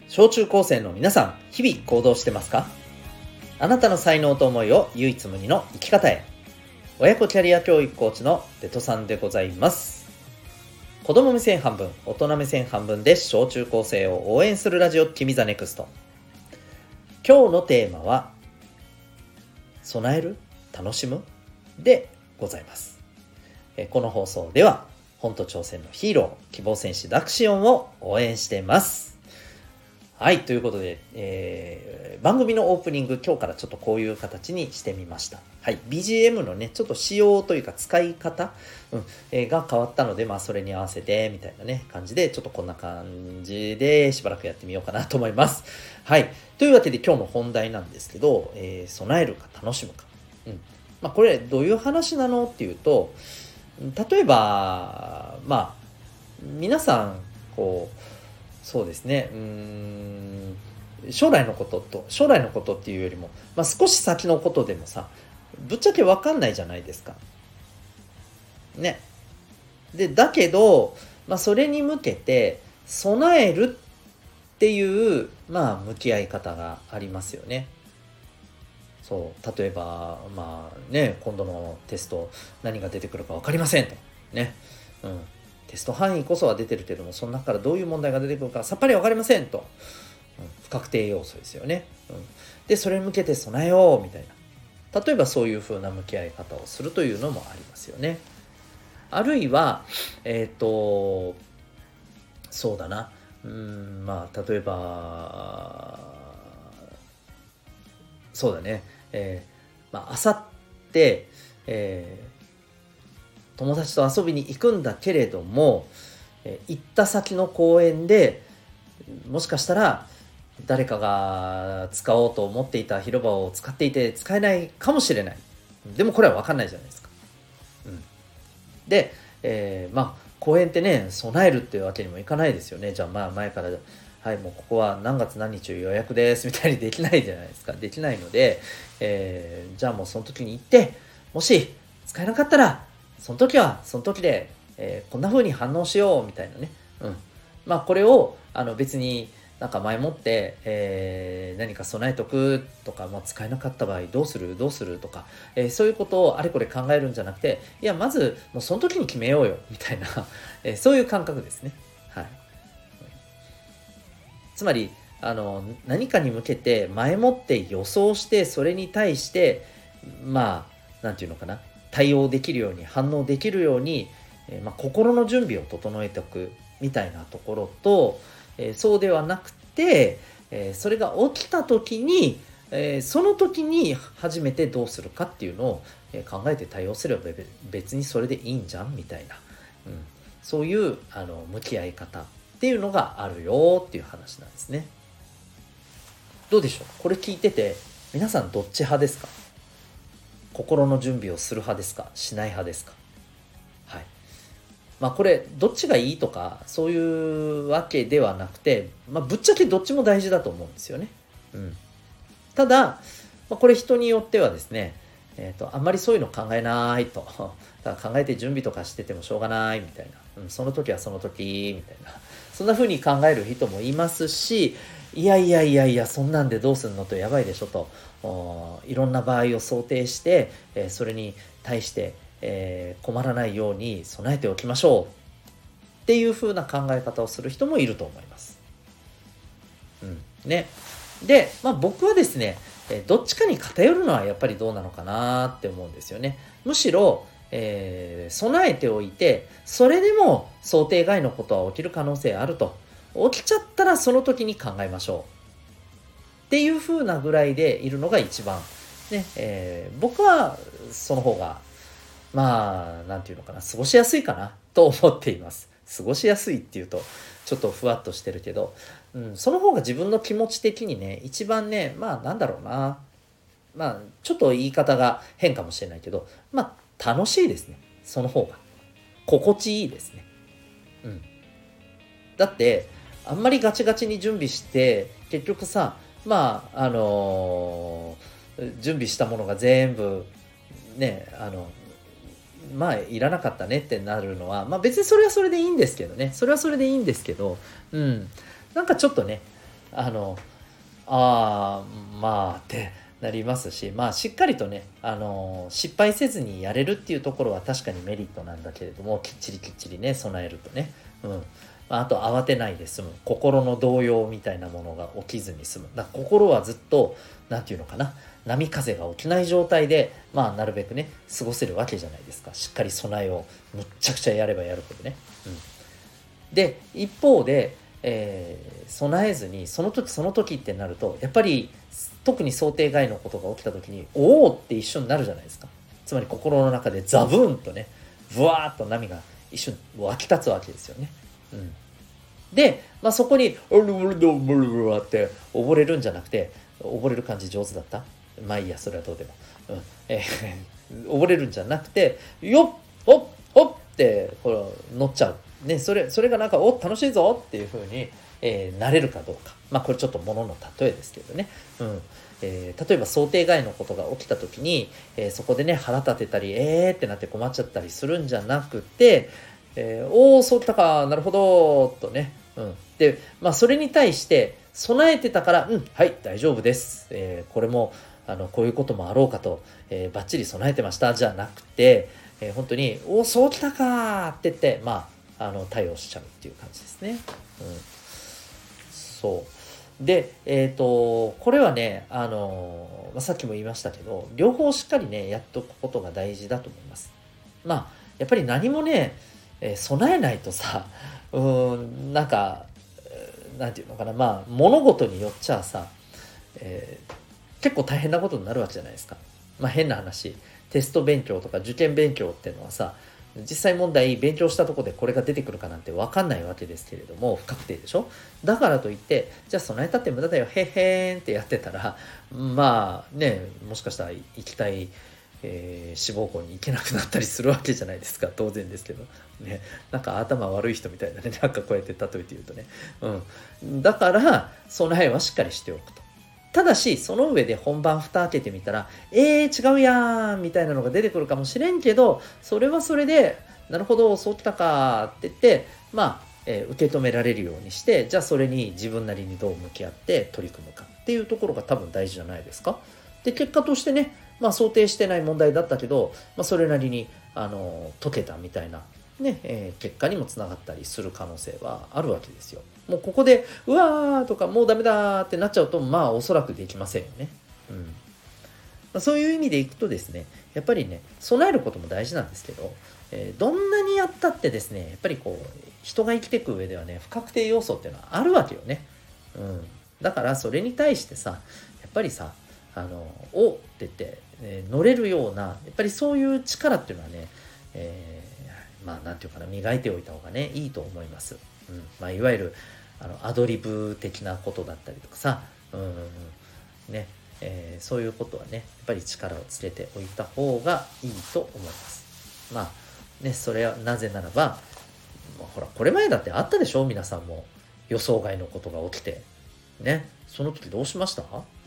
小中高生の皆さん、日々行動してますか？あなたの才能と思いを唯一無二の生き方へ。親子キャリア教育コーチのデトさんでございます。子供目線半分、大人目線半分で小中高生を応援するラジオ君ザネクスト。今日のテーマは備える、楽しむでございます。この放送では本と挑戦のヒーロー、希望戦士ダクシオンを応援しています。はい、ということで、番組のオープニング、今日からちょっとこういう形にしてみました。はい、BGM のね、ちょっと仕様というか使い方、が変わったので、それに合わせてみたいなね、感じで、ちょっとこんな感じでしばらくやってみようかなと思います。はい、というわけで今日の本題なんですけど、備えるか楽しむか。これどういう話なのっていうと、例えば、皆さん、そうですね、将来のことっていうよりも、少し先のことでもさ、ぶっちゃけ分かんないじゃないですか。ね。で、だけど、それに向けて備えるっていう、向き合い方がありますよね。そう、例えば、今度のテスト何が出てくるか分かりませんと。ね。テスト範囲こそは出てるけども、その中からどういう問題が出てくるかさっぱり分かりませんと。不確定要素ですよね。で、それに向けて備えようみたいな。例えばそういう風な向き合い方をするというのもありますよね。あるいは、そうだな。例えば、そうだね。あさって、友達と遊びに行くんだけれども、行った先の公園でもしかしたら誰かが使おうと思っていた広場を使っていて使えないかもしれない。でもこれは分かんないじゃないですか。で、公園ってね、備えるっていうわけにもいかないですよね。じゃあ前からはい、もうここは何月何日予約ですみたいにできないじゃないですか。できないので、じゃあもうその時に行って、もし使えなかったらその時はその時で、こんな風に反応しようみたいなね。これを別になんか前もって、何か備えとくとか、使えなかった場合どうするとか、そういうことをあれこれ考えるんじゃなくて、いやまずもうその時に決めようよみたいな、そういう感覚ですね。はい。つまり何かに向けて前もって予想して、それに対してなんていうのかな、対応できるように、反応できるように、心の準備を整えておくみたいなところと、そうではなくて、それが起きた時に、その時に初めてどうするかっていうのを、考えて対応すれば別にそれでいいんじゃんみたいな、そういう向き合い方っていうのがあるよっていう話なんですね。どうでしょう、これ聞いてて皆さんどっち派ですか？心の準備をする派ですか？しない派ですか？はい。これどっちがいいとかそういうわけではなくて、ぶっちゃけどっちも大事だと思うんですよね。ただ、これ人によってはですね、あんまりそういうの考えないとだから考えて準備とかしててもしょうがないみたいな、その時はその時みたいな、そんな風に考える人もいますし、いやそんなんでどうするのと、やばいでしょと、いろんな場合を想定して、それに対して、困らないように備えておきましょうっていう風な考え方をする人もいると思います。ね。で、僕はですね、どっちかに偏るのはやっぱりどうなのかなって思うんですよね。むしろ、備えておいて、それでも想定外のことは起きる可能性あると。起きちゃったらその時に考えましょう。っていう風なぐらいでいるのが一番、ね、僕はその方が、なんていうのかな、過ごしやすいかなと思っています。過ごしやすいっていうと、ちょっとふわっとしてるけど、その方が自分の気持ち的にね、一番ね、なんだろうな。ちょっと言い方が変かもしれないけど、楽しいですね。その方が。心地いいですね。だって、あんまりガチガチに準備して、結局さ、準備したものが全部、ね、いらなかったねってなるのは、別にそれはそれでいいんですけどね。それはそれでいいんですけど、なんかちょっとね、 まあってなりますし、まあしっかりとね、失敗せずにやれるっていうところは確かにメリットなんだけれども、きっちりね、備えるとね。まあ、あと慌てないで済む。心の動揺みたいなものが起きずに済む。だから心はずっと、なんていうのかな、波風が起きない状態で、まあなるべくね、過ごせるわけじゃないですか。しっかり備えをむっちゃくちゃやればやるほどね。で、一方で、備えずにその時その時ってなるとやっぱり特に想定外のことが起きた時におおって一緒になるじゃないですか。つまり心の中でザブーンとねブワーッと波が一瞬湧き立つわけですよね。で、まあ、そこに「うるうるどブルブル」って溺れるんじゃなくて、溺れる感じ上手だった？まあいいや、それはどうでも。溺れるんじゃなくてよっほっほっってこう乗っちゃう。ね、それがなんか楽しいぞっていう風に、なれるかどうか。まあこれちょっとものの例えですけどね。例えば想定外のことが起きた時に、そこでね腹立てたりってなって困っちゃったりするんじゃなくて、おおそうきたかなるほどとね、でまあそれに対して備えてたからはい大丈夫です、これもこういうこともあろうかと、バッチリ備えてましたじゃなくて、本当におおそうきたかって言ってまあ対応しちゃうっていう感じですね。そうでこれはねさっきも言いましたけど両方しっかりねやっとくことが大事だと思います。まあやっぱり何もね、備えないとさなんかなんていうのかなまあ物事によっちゃさ、結構大変なことになるわけじゃないですか。まあ変な話テスト勉強とか受験勉強っていうのはさ実際問題勉強したところでこれが出てくるかなんて分かんないわけですけれども不確定でしょ。だからといってじゃあ備えたって無駄だよへへーんってやってたらまあねもしかしたら行きたい、志望校に行けなくなったりするわけじゃないですか。当然ですけどね。なんか頭悪い人みたいなねなんかこうやって例えて言うとね、だから備えはしっかりしておくと。ただし、その上で本番蓋開けてみたら、違うやんみたいなのが出てくるかもしれんけど、それはそれで、なるほど、そうきたかって言って、まあ、受け止められるようにして、じゃあそれに自分なりにどう向き合って取り組むかっていうところが多分大事じゃないですか。で、結果としてね、まあ想定してない問題だったけど、まあそれなりに、解けたみたいなね、結果にもつながったりする可能性はあるわけですよ。もうここで、うわーとかもうダメだーってなっちゃうと、まあおそらくできませんよね。そういう意味でいくとですね、やっぱりね、備えることも大事なんですけど、どんなにやったってですね、やっぱりこう、人が生きていく上ではね、不確定要素っていうのはあるわけよね。だからそれに対してさ、やっぱりさ、おって言って、乗れるような、やっぱりそういう力っていうのはね、まあなんていうかな磨いておいた方がねいいと思います。まあいわゆるアドリブ的なことだったりとかさ、ね、そういうことはねやっぱり力をつけておいた方がいいと思います。まあねそれはなぜならば、ほらこれ前だってあったでしょ皆さんも予想外のことが起きてねその時どうしました？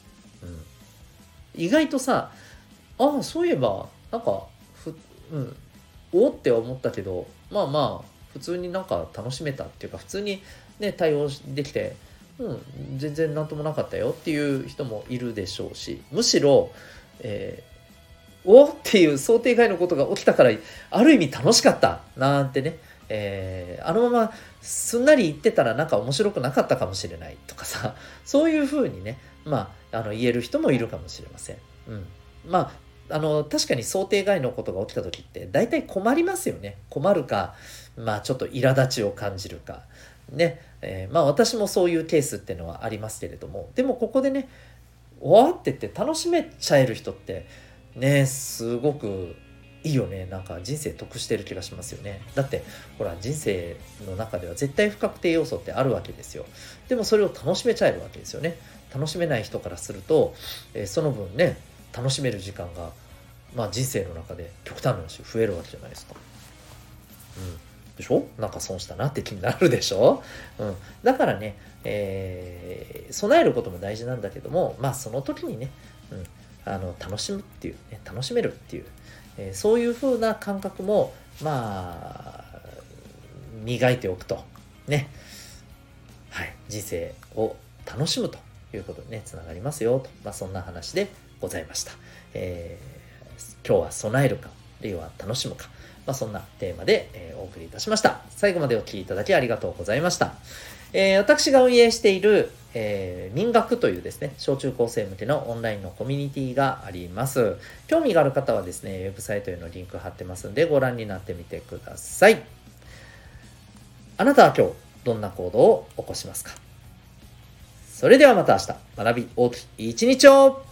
意外とさそういえばなんかおって思ったけどまあまあ普通になんか楽しめたっていうか普通にね対応できて全然なんともなかったよっていう人もいるでしょうしむしろ、おっていう想定外のことが起きたからある意味楽しかったなんてね、あのまますんなり言ってたらなんか面白くなかったかもしれないとかさそういうふうにね言える人もいるかもしれません。まあ確かに想定外のことが起きた時って大体困りますよね。困るかちょっと苛立ちを感じるかね、私もそういうケースっていうのはありますけれどもでもここでねわーって言って楽しめちゃえる人ってねすごくいいよね。なんか人生得してる気がしますよね。だってほら人生の中では絶対不確定要素ってあるわけですよ。でもそれを楽しめちゃえるわけですよね。楽しめない人からすると、その分ね楽しめる時間が人生の中で極端な話増えるわけじゃないですか。でしょなんか損したなって気になるでしょ。だからね、備えることも大事なんだけどもその時にね、楽しむっていう、ね、楽しめるっていう、そういう風な感覚も磨いておくとね、はい、人生を楽しむということにね、つながりますよと、そんな話でございました。今日は備えるか、あるいは楽しむか、そんなテーマで、お送りいたしました。最後までお聞きいただきありがとうございました。私が運営している、民学というですね、小中高生向けのオンラインのコミュニティがあります。興味がある方はですね、ウェブサイトへのリンク貼ってますんで、ご覧になってみてください。あなたは今日、どんな行動を起こしますか？それではまた明日、学び大きい一日を